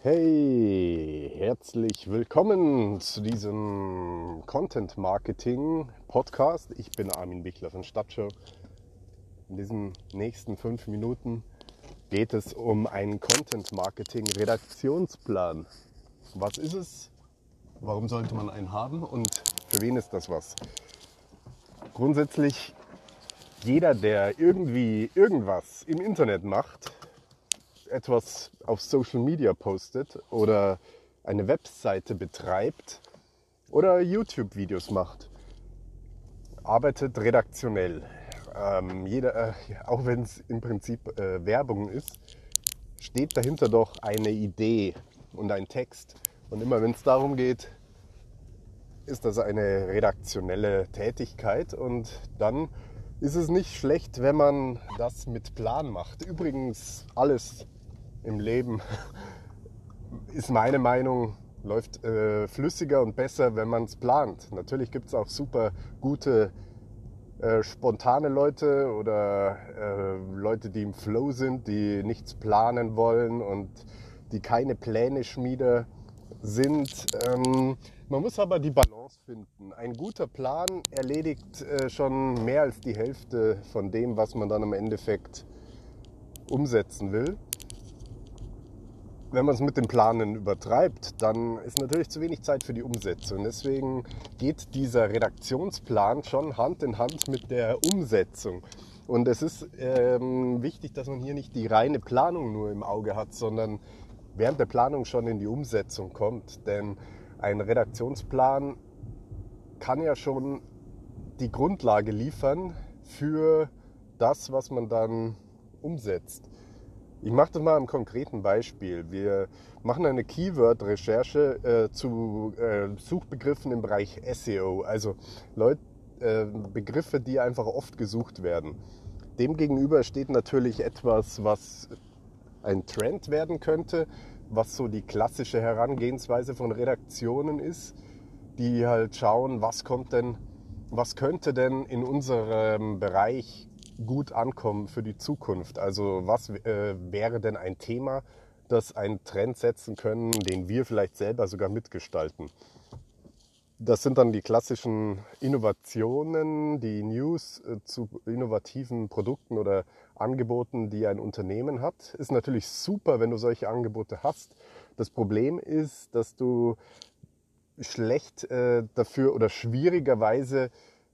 Hey, herzlich willkommen zu diesem Content Marketing Podcast. Ich bin Armin Bichler von Stadtshow. In diesen nächsten 5 Minuten geht es um einen Content Marketing Redaktionsplan. Was ist es? Warum sollte man einen haben und für wen ist das was? Grundsätzlich jeder, der irgendwie irgendwas im Internet macht, etwas auf Social Media postet oder eine Webseite betreibt oder YouTube-Videos macht, arbeitet redaktionell. Auch wenn es im Prinzip Werbung ist, steht dahinter doch eine Idee und ein Text. Und immer wenn es darum geht, ist das eine redaktionelle Tätigkeit und dann ist es nicht schlecht, wenn man das mit Plan macht. Übrigens, alles im Leben ist meine Meinung, läuft flüssiger und besser, wenn man es plant. Natürlich gibt es auch super gute spontane Leute oder Leute, die im Flow sind, die nichts planen wollen und die keine Pläne-Schmieder sind. Man muss aber die Balance finden. Ein guter Plan erledigt schon mehr als die Hälfte von dem, was man dann im Endeffekt umsetzen will. Wenn man es mit dem Planen übertreibt, dann ist natürlich zu wenig Zeit für die Umsetzung. Deswegen geht dieser Redaktionsplan schon Hand in Hand mit der Umsetzung. Und es ist wichtig, dass man hier nicht die reine Planung nur im Auge hat, sondern während der Planung schon in die Umsetzung kommt. Denn ein Redaktionsplan kann ja schon die Grundlage liefern für das, was man dann umsetzt. Ich mache das mal am konkreten Beispiel. Wir machen eine Keyword-Recherche zu Suchbegriffen im Bereich SEO, also Begriffe, die einfach oft gesucht werden. Demgegenüber steht natürlich etwas, was ein Trend werden könnte, was so die klassische Herangehensweise von Redaktionen ist, die halt schauen, was könnte denn in unserem Bereich gut ankommen für die Zukunft. Also was wäre denn ein Thema, das einen Trend setzen können, den wir vielleicht selber sogar mitgestalten. Das sind dann die klassischen Innovationen, die News zu innovativen Produkten oder Angeboten, die ein Unternehmen hat. Ist natürlich super, wenn du solche Angebote hast. Das Problem ist, dass du schlecht dafür oder schwierigerweise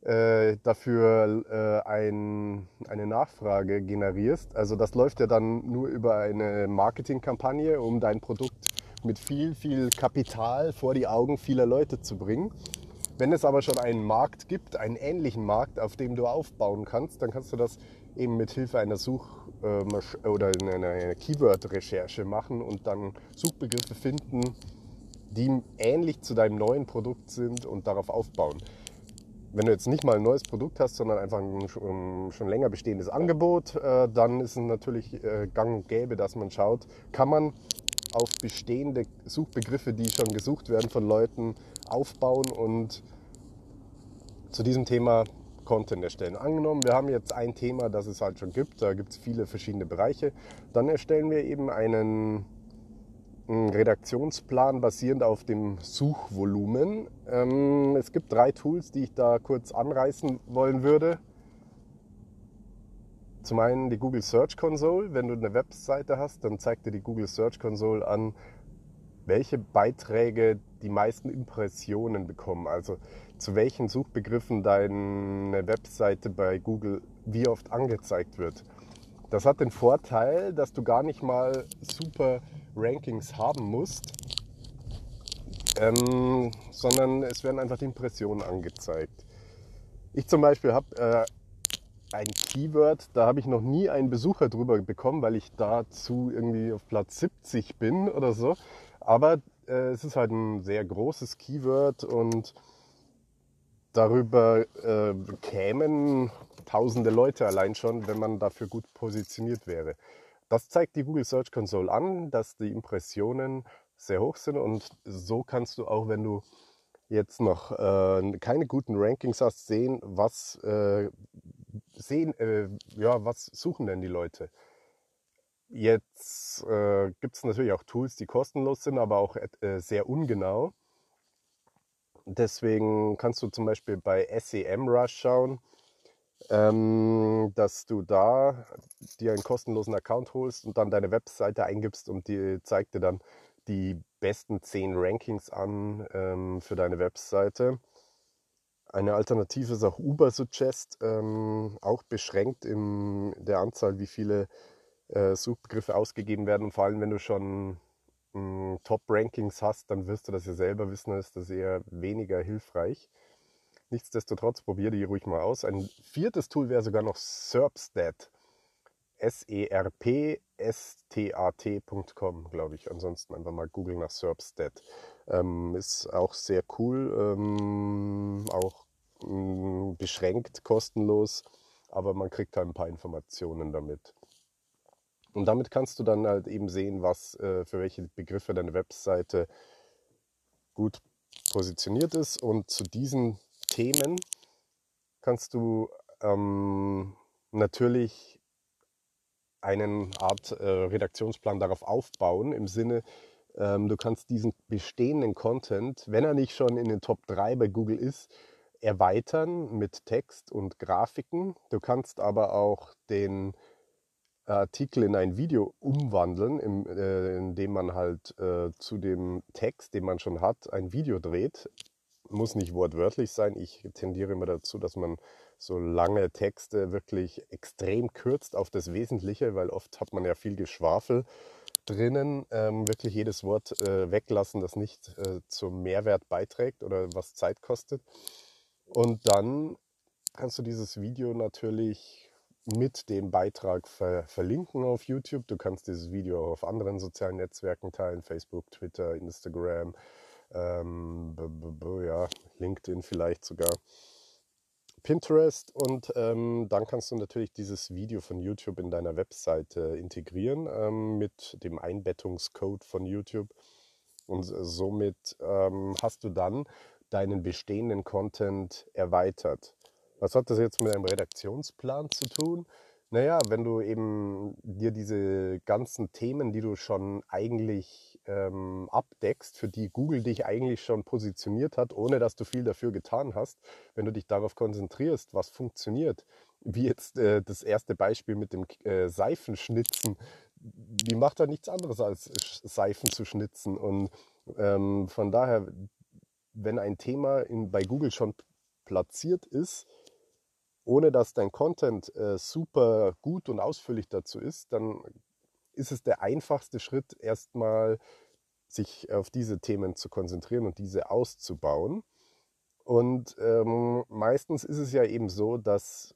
dafür eine Nachfrage generierst. Also das läuft ja dann nur über eine Marketingkampagne, um dein Produkt mit viel, viel Kapital vor die Augen vieler Leute zu bringen. Wenn es aber schon einen Markt gibt, einen ähnlichen Markt, auf dem du aufbauen kannst, dann kannst du das eben mit Hilfe einer oder einer Keyword-Recherche machen und dann Suchbegriffe finden, die ähnlich zu deinem neuen Produkt sind und darauf aufbauen. Wenn du jetzt nicht mal ein neues Produkt hast, sondern einfach ein schon länger bestehendes Angebot, dann ist es natürlich gang und gäbe, dass man schaut, kann man auf bestehende Suchbegriffe, die schon gesucht werden von Leuten, aufbauen und zu diesem Thema Content erstellen. Angenommen, wir haben jetzt ein Thema, das es halt schon gibt, da gibt es viele verschiedene Bereiche, dann erstellen wir eben einen Redaktionsplan basierend auf dem Suchvolumen. Es gibt 3 Tools, die ich da kurz anreißen wollen würde. Zum einen die Google Search Console. Wenn du eine Webseite hast, dann zeigt dir die Google Search Console an, welche Beiträge die meisten Impressionen bekommen. Also zu welchen Suchbegriffen deine Webseite bei Google wie oft angezeigt wird. Das hat den Vorteil, dass du gar nicht mal super Rankings haben musst, sondern es werden einfach die Impressionen angezeigt. Ich zum Beispiel habe ein Keyword, da habe ich noch nie einen Besucher drüber bekommen, weil ich dazu irgendwie auf Platz 70 bin oder so. Aber es ist halt ein sehr großes Keyword und darüber kämen tausende Leute allein schon, wenn man dafür gut positioniert wäre. Das zeigt die Google Search Console an, dass die Impressionen sehr hoch sind und so kannst du auch, wenn du jetzt noch keine guten Rankings hast, sehen, was suchen denn die Leute. Jetzt gibt es natürlich auch Tools, die kostenlos sind, aber auch sehr ungenau. Deswegen kannst du zum Beispiel bei SEMrush schauen, dass du da dir einen kostenlosen Account holst und dann deine Webseite eingibst und die zeigt dir dann die besten 10 Rankings an für deine Webseite. Eine Alternative ist auch Ubersuggest, auch beschränkt in der Anzahl, wie viele Suchbegriffe ausgegeben werden. Und vor allem, wenn du schon Top-Rankings hast, dann wirst du das ja selber wissen, dann ist das eher weniger hilfreich. Nichtsdestotrotz, probier die ruhig mal aus. Ein viertes Tool wäre sogar noch SERPstat. SERPSTAT.com, glaube ich. Ansonsten einfach mal googeln nach SERPstat. Ist auch sehr cool, auch beschränkt, kostenlos, aber man kriegt halt ein paar Informationen damit. Und damit kannst du dann halt eben sehen, was für welche Begriffe deine Webseite gut positioniert ist. Und zu diesen Themen kannst du natürlich einen Art Redaktionsplan darauf aufbauen, im Sinne, du kannst diesen bestehenden Content, wenn er nicht schon in den Top 3 bei Google ist, erweitern mit Text und Grafiken. Du kannst aber auch den Artikel in ein Video umwandeln, indem man halt zu dem Text, den man schon hat, ein Video dreht. Muss nicht wortwörtlich sein. Ich tendiere immer dazu, dass man so lange Texte wirklich extrem kürzt auf das Wesentliche, weil oft hat man ja viel Geschwafel drinnen. Wirklich jedes Wort weglassen, das nicht zum Mehrwert beiträgt oder was Zeit kostet. Und dann kannst du dieses Video natürlich mit dem Beitrag verlinken auf YouTube. Du kannst dieses Video auch auf anderen sozialen Netzwerken teilen, Facebook, Twitter, Instagram, ja, LinkedIn vielleicht sogar, Pinterest. Und dann kannst du natürlich dieses Video von YouTube in deiner Webseite integrieren mit dem Einbettungscode von YouTube. Und somit hast du dann deinen bestehenden Content erweitert. Was hat das jetzt mit einem Redaktionsplan zu tun? Naja, wenn du eben dir diese ganzen Themen, die du schon eigentlich abdeckst, für die Google dich eigentlich schon positioniert hat, ohne dass du viel dafür getan hast, wenn du dich darauf konzentrierst, was funktioniert, wie jetzt das erste Beispiel mit dem Seifenschnitzen, die macht da nichts anderes als Seifen zu schnitzen. Und von daher, wenn ein Thema bei Google schon platziert ist, ohne dass dein Content super gut und ausführlich dazu ist, dann ist es der einfachste Schritt, erstmal sich auf diese Themen zu konzentrieren und diese auszubauen. Und meistens ist es ja eben so, dass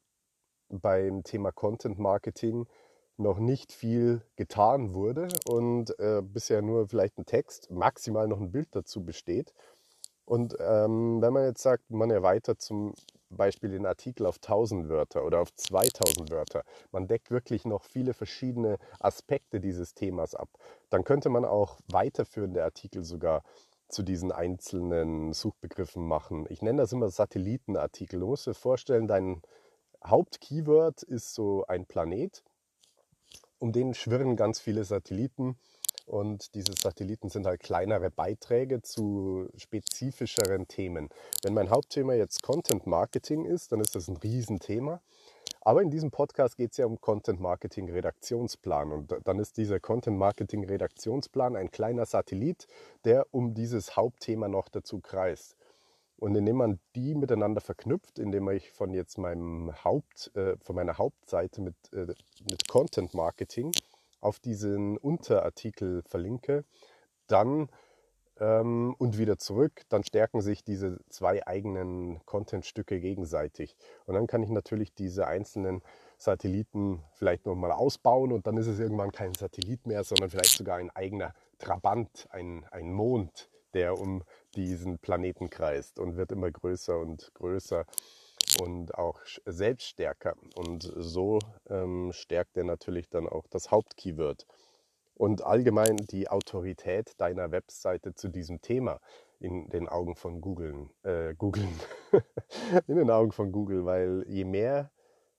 beim Thema Content Marketing noch nicht viel getan wurde und bisher nur vielleicht ein Text, maximal noch ein Bild dazu besteht. Und wenn man jetzt sagt, man erweitert zum Beispiel den Artikel auf 1000 Wörter oder auf 2000 Wörter, man deckt wirklich noch viele verschiedene Aspekte dieses Themas ab, dann könnte man auch weiterführende Artikel sogar zu diesen einzelnen Suchbegriffen machen. Ich nenne das immer Satellitenartikel. Du musst dir vorstellen, dein Hauptkeyword ist so ein Planet, um den schwirren ganz viele Satelliten. Und diese Satelliten sind halt kleinere Beiträge zu spezifischeren Themen. Wenn mein Hauptthema jetzt Content Marketing ist, dann ist das ein Riesenthema. Aber in diesem Podcast geht es ja um Content Marketing Redaktionsplan. Und dann ist dieser Content Marketing Redaktionsplan ein kleiner Satellit, der um dieses Hauptthema noch dazu kreist. Und indem man die miteinander verknüpft, indem ich von jetzt von meiner Hauptseite mit Content Marketing auf diesen Unterartikel verlinke, dann und wieder zurück, dann stärken sich diese zwei eigenen Contentstücke gegenseitig. Und dann kann ich natürlich diese einzelnen Satelliten vielleicht nochmal ausbauen und dann ist es irgendwann kein Satellit mehr, sondern vielleicht sogar ein eigener Trabant, ein Mond, der um diesen Planeten kreist und wird immer größer und größer und auch selbststärker. Und so stärkt er natürlich dann auch das Hauptkeyword und allgemein die Autorität deiner Webseite zu diesem Thema in den Augen von Google, in den Augen von Google, weil je mehr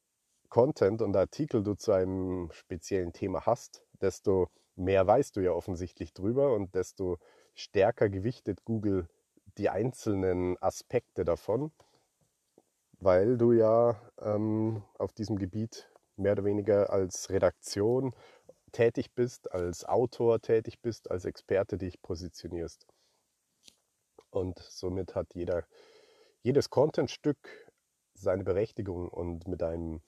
Content und Artikel du zu einem speziellen Thema hast, desto mehr weißt du ja offensichtlich drüber und desto stärker gewichtet Google die einzelnen Aspekte davon, weil du ja auf diesem Gebiet mehr oder weniger als Redaktion tätig bist, als Autor tätig bist, als Experte dich positionierst. Und somit hat jedes Contentstück seine Berechtigung und mit einem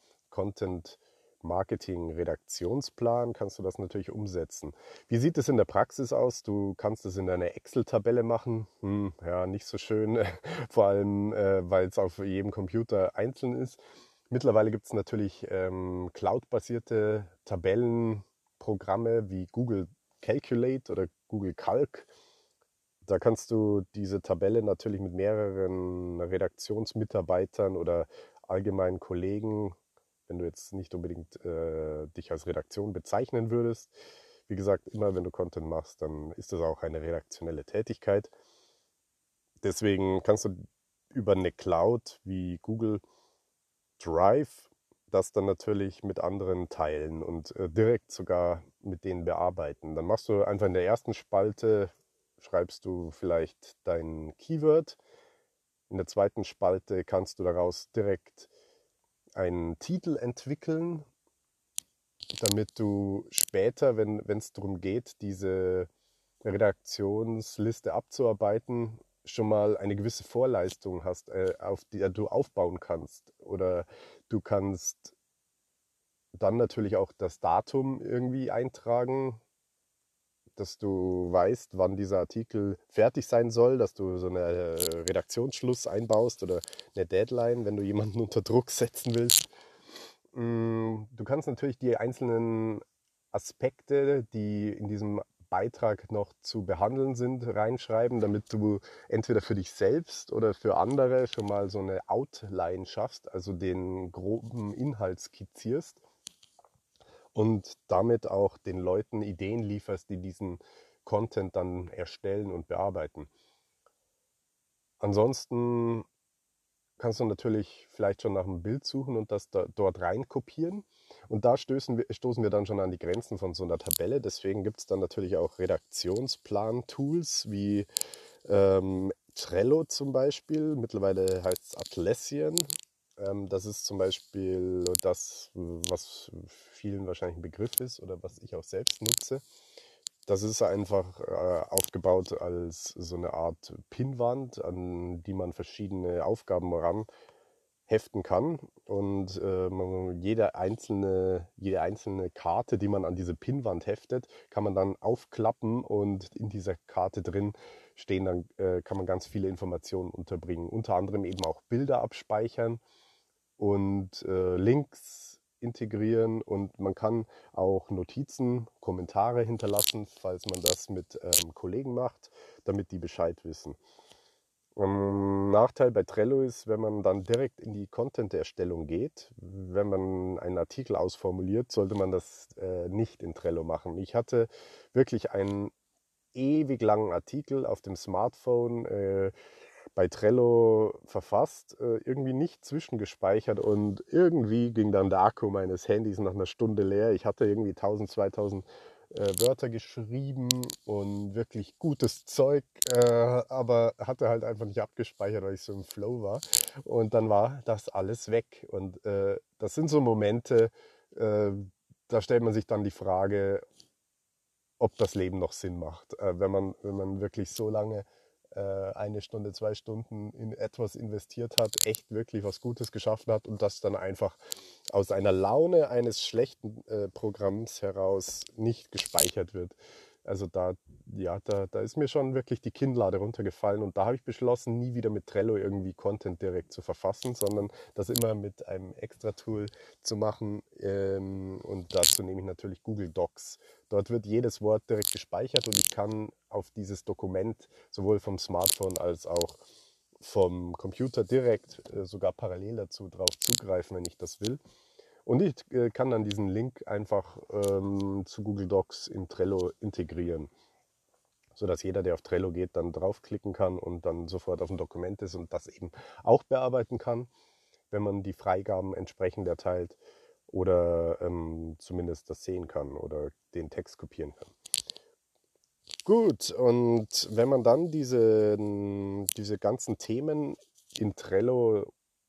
Content-Marketing-Redaktionsplan kannst du das natürlich umsetzen. Wie sieht es in der Praxis aus? Du kannst es in deiner Excel-Tabelle machen. Ja, nicht so schön, vor allem, weil es auf jedem Computer einzeln ist. Mittlerweile gibt es natürlich Cloud-basierte Tabellenprogramme wie Google Calculate oder Google Calc. Da kannst du diese Tabelle natürlich mit mehreren Redaktionsmitarbeitern oder allgemeinen Kollegen, wenn du jetzt nicht unbedingt dich als Redaktion bezeichnen würdest. Wie gesagt, immer wenn du Content machst, dann ist das auch eine redaktionelle Tätigkeit. Deswegen kannst du über eine Cloud wie Google Drive das dann natürlich mit anderen teilen und direkt sogar mit denen bearbeiten. Dann machst du einfach in der ersten Spalte, schreibst du vielleicht dein Keyword. In der zweiten Spalte kannst du daraus direkt einen Titel entwickeln, damit du später, wenn es darum geht, diese Redaktionsliste abzuarbeiten, schon mal eine gewisse Vorleistung hast, auf die du aufbauen kannst. Oder du kannst dann natürlich auch das Datum irgendwie eintragen, dass du weißt, wann dieser Artikel fertig sein soll, dass du so eine Redaktionsschluss einbaust oder eine Deadline, wenn du jemanden unter Druck setzen willst. Du kannst natürlich die einzelnen Aspekte, die in diesem Beitrag noch zu behandeln sind, reinschreiben, damit du entweder für dich selbst oder für andere schon mal so eine Outline schaffst, also den groben Inhalt skizzierst und damit auch den Leuten Ideen lieferst, die diesen Content dann erstellen und bearbeiten. Ansonsten kannst du natürlich vielleicht schon nach einem Bild suchen und das dort rein kopieren. Und da stoßen wir dann schon an die Grenzen von so einer Tabelle. Deswegen gibt es dann natürlich auch Redaktionsplan-Tools wie Trello zum Beispiel. Mittlerweile heißt es Atlassian. Das ist zum Beispiel das, was vielen wahrscheinlich ein Begriff ist oder was ich auch selbst nutze. Das ist einfach aufgebaut als so eine Art Pinnwand, an die man verschiedene Aufgaben ranheften kann. Und jede einzelne Karte, die man an diese Pinnwand heftet, kann man dann aufklappen und in dieser Karte drin stehen, dann kann man ganz viele Informationen unterbringen. Unter anderem eben auch Bilder abspeichern und Links integrieren und man kann auch Notizen, Kommentare hinterlassen, falls man das mit Kollegen macht, damit die Bescheid wissen. Nachteil bei Trello ist, wenn man dann direkt in die Content-Erstellung geht, wenn man einen Artikel ausformuliert, sollte man das nicht in Trello machen. Ich hatte wirklich einen ewig langen Artikel auf dem Smartphone bei Trello verfasst, irgendwie nicht zwischengespeichert und irgendwie ging dann der Akku meines Handys nach einer Stunde leer. Ich hatte irgendwie 1000, 2000 Wörter geschrieben und wirklich gutes Zeug, aber hatte halt einfach nicht abgespeichert, weil ich so im Flow war. Und dann war das alles weg. Und das sind so Momente, da stellt man sich dann die Frage, ob das Leben noch Sinn macht. Wenn man wirklich so lange eine Stunde, 2 Stunden in etwas investiert hat, echt wirklich was Gutes geschaffen hat und das dann einfach aus einer Laune eines schlechten Programms heraus nicht gespeichert wird. Also da ist mir schon wirklich die Kinnlade runtergefallen und da habe ich beschlossen, nie wieder mit Trello irgendwie Content direkt zu verfassen, sondern das immer mit einem Extra-Tool zu machen und dazu nehme ich natürlich Google Docs. Dort wird jedes Wort direkt gespeichert und ich kann auf dieses Dokument sowohl vom Smartphone als auch vom Computer direkt sogar parallel dazu drauf zugreifen, wenn ich das will. Und ich kann dann diesen Link einfach zu Google Docs in Trello integrieren, sodass jeder, der auf Trello geht, dann draufklicken kann und dann sofort auf dem Dokument ist und das eben auch bearbeiten kann, wenn man die Freigaben entsprechend erteilt. oder zumindest das sehen kann oder den Text kopieren kann. Gut, und wenn man dann diese ganzen Themen in Trello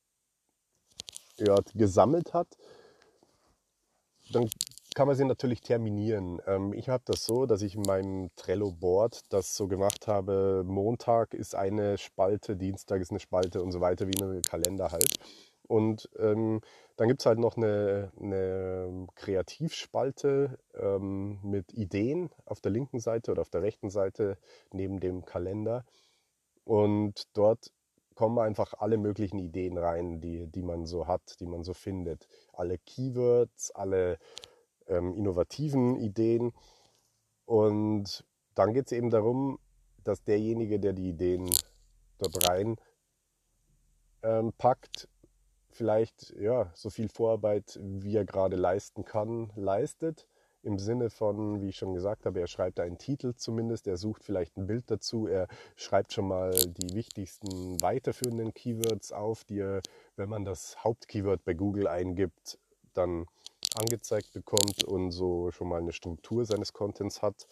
gesammelt hat, dann kann man sie natürlich terminieren. Ich habe das so, dass ich in meinem Trello-Board das so gemacht habe, Montag ist eine Spalte, Dienstag ist eine Spalte und so weiter, wie ein Kalender halt. Und dann gibt es halt noch eine Kreativspalte mit Ideen auf der linken Seite oder auf der rechten Seite neben dem Kalender. Und dort kommen einfach alle möglichen Ideen rein, die man so hat, die man so findet. Alle Keywords, alle innovativen Ideen. Und dann geht es eben darum, dass derjenige, der die Ideen dort rein packt, vielleicht so viel Vorarbeit, wie er gerade leisten kann, leistet. Im Sinne von, wie ich schon gesagt habe, er schreibt einen Titel zumindest, er sucht vielleicht ein Bild dazu, er schreibt schon mal die wichtigsten weiterführenden Keywords auf, die er, wenn man das Hauptkeyword bei Google eingibt, dann angezeigt bekommt und so schon mal eine Struktur seines Contents hat.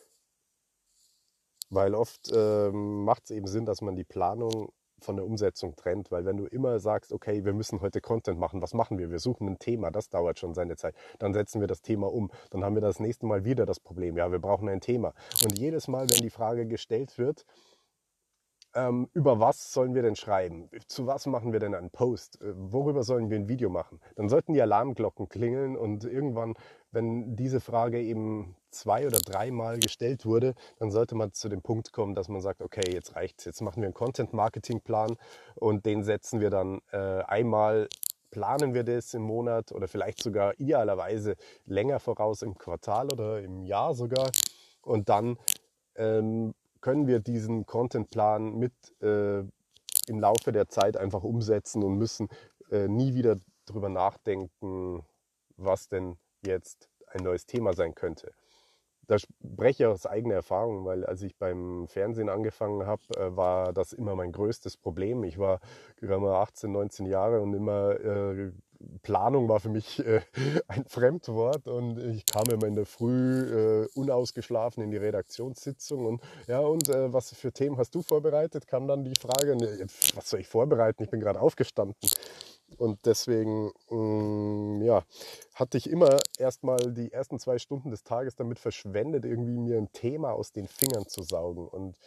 Weil oft macht es eben Sinn, dass man die Planung von der Umsetzung trennt, weil wenn du immer sagst, okay, wir müssen heute Content machen, was machen wir? Wir suchen ein Thema, das dauert schon seine Zeit. Dann setzen wir das Thema um. Dann haben wir das nächste Mal wieder das Problem, ja, wir brauchen ein Thema. Und jedes Mal, wenn die Frage gestellt wird, über was sollen wir denn schreiben? Zu was machen wir denn einen Post? Worüber sollen wir ein Video machen? Dann sollten die Alarmglocken klingeln und irgendwann, wenn diese Frage eben 2- oder 3-mal gestellt wurde, dann sollte man zu dem Punkt kommen, dass man sagt, okay, jetzt reicht's. Jetzt machen wir einen Content-Marketing-Plan und den setzen wir dann einmal, planen wir das im Monat oder vielleicht sogar idealerweise länger voraus im Quartal oder im Jahr sogar. Und dann können wir diesen Contentplan mit im Laufe der Zeit einfach umsetzen und müssen nie wieder drüber nachdenken, was denn jetzt ein neues Thema sein könnte. Da spreche ich aus eigener Erfahrung, weil als ich beim Fernsehen angefangen habe, war das immer mein größtes Problem. Ich war gerade mal 18, 19 Jahre und immer Planung war für mich ein Fremdwort und ich kam immer in der Früh unausgeschlafen in die Redaktionssitzung und was für Themen hast du vorbereitet? Kam dann die Frage, was soll ich vorbereiten? Ich bin gerade aufgestanden. Und deswegen, hatte ich immer erstmal die ersten 2 Stunden des Tages damit verschwendet, irgendwie mir ein Thema aus den Fingern zu saugen. Und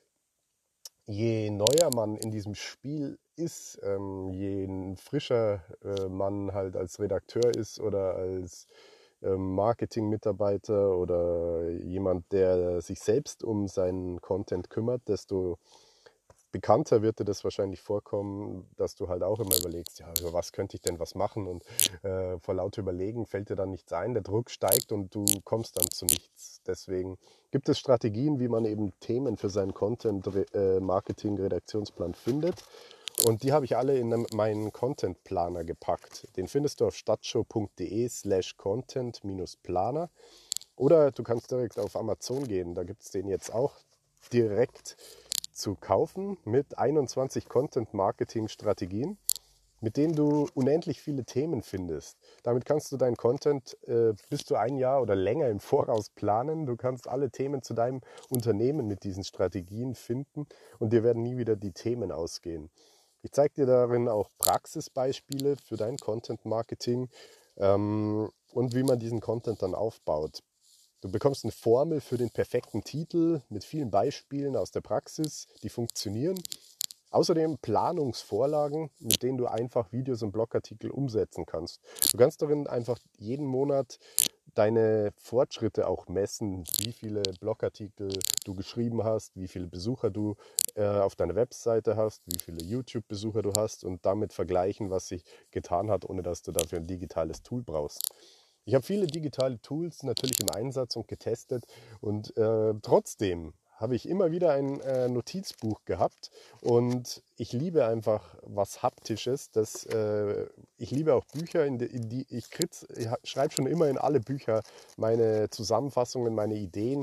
je neuer man in diesem Spiel ist, je frischer man halt als Redakteur ist oder als Marketing-Mitarbeiter oder jemand, der sich selbst um seinen Content kümmert, desto bekannter wird dir das wahrscheinlich vorkommen, dass du halt auch immer überlegst, ja, über was könnte ich denn was machen und vor lauter Überlegen fällt dir dann nichts ein, der Druck steigt und du kommst dann zu nichts. Deswegen gibt es Strategien, wie man eben Themen für seinen Content-Marketing-Redaktionsplan findet und die habe ich alle in meinen Content-Planer gepackt. Den findest du auf stadtshow.de/content-planer oder du kannst direkt auf Amazon gehen, da gibt es den jetzt auch direkt zu kaufen mit 21 Content-Marketing-Strategien, mit denen du unendlich viele Themen findest. Damit kannst du deinen Content bis zu 1 Jahr oder länger im Voraus planen. Du kannst alle Themen zu deinem Unternehmen mit diesen Strategien finden und dir werden nie wieder die Themen ausgehen. Ich zeige dir darin auch Praxisbeispiele für dein Content-Marketing und wie man diesen Content dann aufbaut. Du bekommst eine Formel für den perfekten Titel mit vielen Beispielen aus der Praxis, die funktionieren. Außerdem Planungsvorlagen, mit denen du einfach Videos und Blogartikel umsetzen kannst. Du kannst darin einfach jeden Monat deine Fortschritte auch messen, wie viele Blogartikel du geschrieben hast, wie viele Besucher du auf deiner Webseite hast, wie viele YouTube-Besucher du hast und damit vergleichen, was sich getan hat, ohne dass du dafür ein digitales Tool brauchst. Ich habe viele digitale Tools natürlich im Einsatz und getestet und trotzdem habe ich immer wieder ein Notizbuch gehabt und ich liebe einfach was Haptisches. Ich liebe auch Bücher, ich schreibe schon immer in alle Bücher meine Zusammenfassungen, meine Ideen,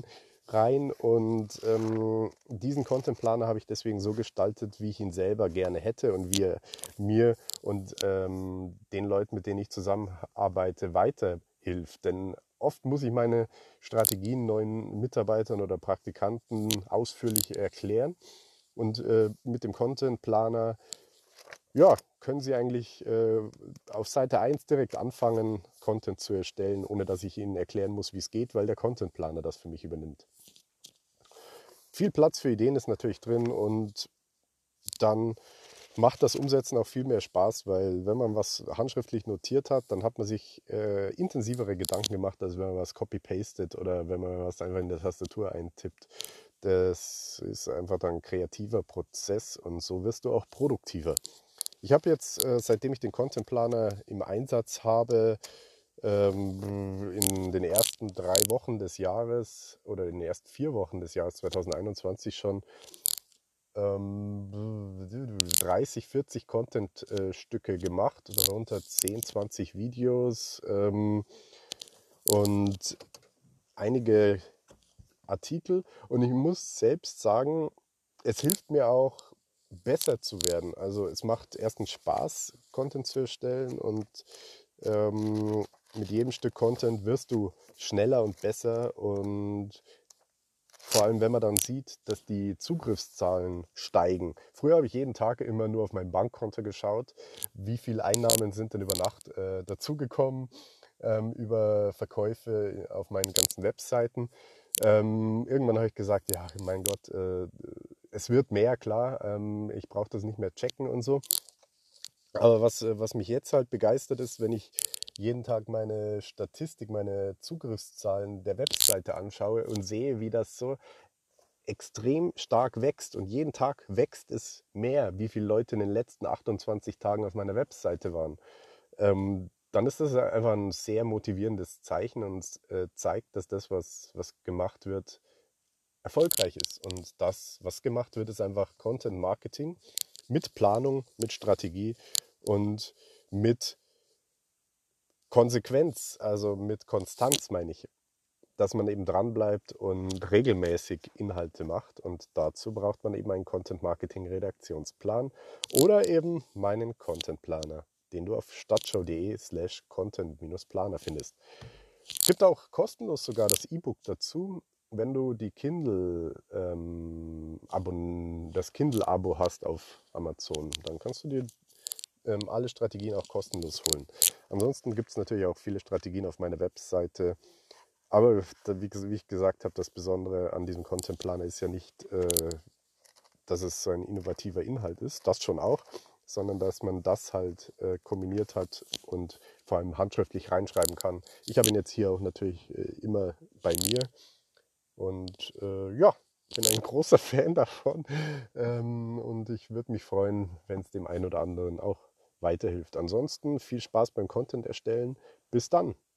rein und diesen Content Planer habe ich deswegen so gestaltet, wie ich ihn selber gerne hätte und wie er mir und den Leuten, mit denen ich zusammenarbeite, weiterhilft. Denn oft muss ich meine Strategien neuen Mitarbeitern oder Praktikanten ausführlich erklären und mit dem Content Planer ja, können Sie eigentlich auf Seite 1 direkt anfangen, Content zu erstellen, ohne dass ich Ihnen erklären muss, wie es geht, weil der Content Planer das für mich übernimmt. Viel Platz für Ideen ist natürlich drin und dann macht das Umsetzen auch viel mehr Spaß, weil wenn man was handschriftlich notiert hat, dann hat man sich intensivere Gedanken gemacht, als wenn man was copy-pastet oder wenn man was einfach in der Tastatur eintippt. Das ist einfach dann ein kreativer Prozess und so wirst du auch produktiver. Ich habe jetzt, seitdem ich den Content Planer im Einsatz habe, in den ersten 3 Wochen des Jahres oder in den ersten 4 Wochen des Jahres 2021 schon 30, 40 Content-Stücke gemacht, darunter 10, 20 Videos und einige Artikel. Und ich muss selbst sagen, es hilft mir auch, besser zu werden. Also es macht erstens Spaß, Content zu erstellen und mit jedem Stück Content wirst du schneller und besser und vor allem, wenn man dann sieht, dass die Zugriffszahlen steigen. Früher habe ich jeden Tag immer nur auf mein Bankkonto geschaut, wie viele Einnahmen sind denn über Nacht dazugekommen, über Verkäufe auf meinen ganzen Webseiten. Irgendwann habe ich gesagt, ja, mein Gott, es wird mehr, klar, ich brauche das nicht mehr checken und so. Aber was mich jetzt halt begeistert ist, wenn ich jeden Tag meine Statistik, meine Zugriffszahlen der Webseite anschaue und sehe, wie das so extrem stark wächst und jeden Tag wächst es mehr, wie viele Leute in den letzten 28 Tagen auf meiner Webseite waren, dann ist das einfach ein sehr motivierendes Zeichen und zeigt, dass das, was gemacht wird, erfolgreich ist. Und das, was gemacht wird, ist einfach Content Marketing mit Planung, mit Strategie und mit Konsequenz, also mit Konstanz meine ich, dass man eben dran bleibt und regelmäßig Inhalte macht. Und dazu braucht man eben einen Content-Marketing-Redaktionsplan oder eben meinen Content-Planer, den du auf stadtschau.de/content-planer findest. Es gibt auch kostenlos sogar das E-Book dazu. Wenn du die das Kindle-Abo hast auf Amazon, dann kannst du dir alle Strategien auch kostenlos holen. Ansonsten gibt es natürlich auch viele Strategien auf meiner Webseite. Aber wie ich gesagt habe, das Besondere an diesem Content Planer ist ja nicht, dass es so ein innovativer Inhalt ist, das schon auch, sondern dass man das halt kombiniert hat und vor allem handschriftlich reinschreiben kann. Ich habe ihn jetzt hier auch natürlich immer bei mir und ja, bin ein großer Fan davon und ich würde mich freuen, wenn es dem einen oder anderen auch weiterhilft. Ansonsten viel Spaß beim Content erstellen. Bis dann.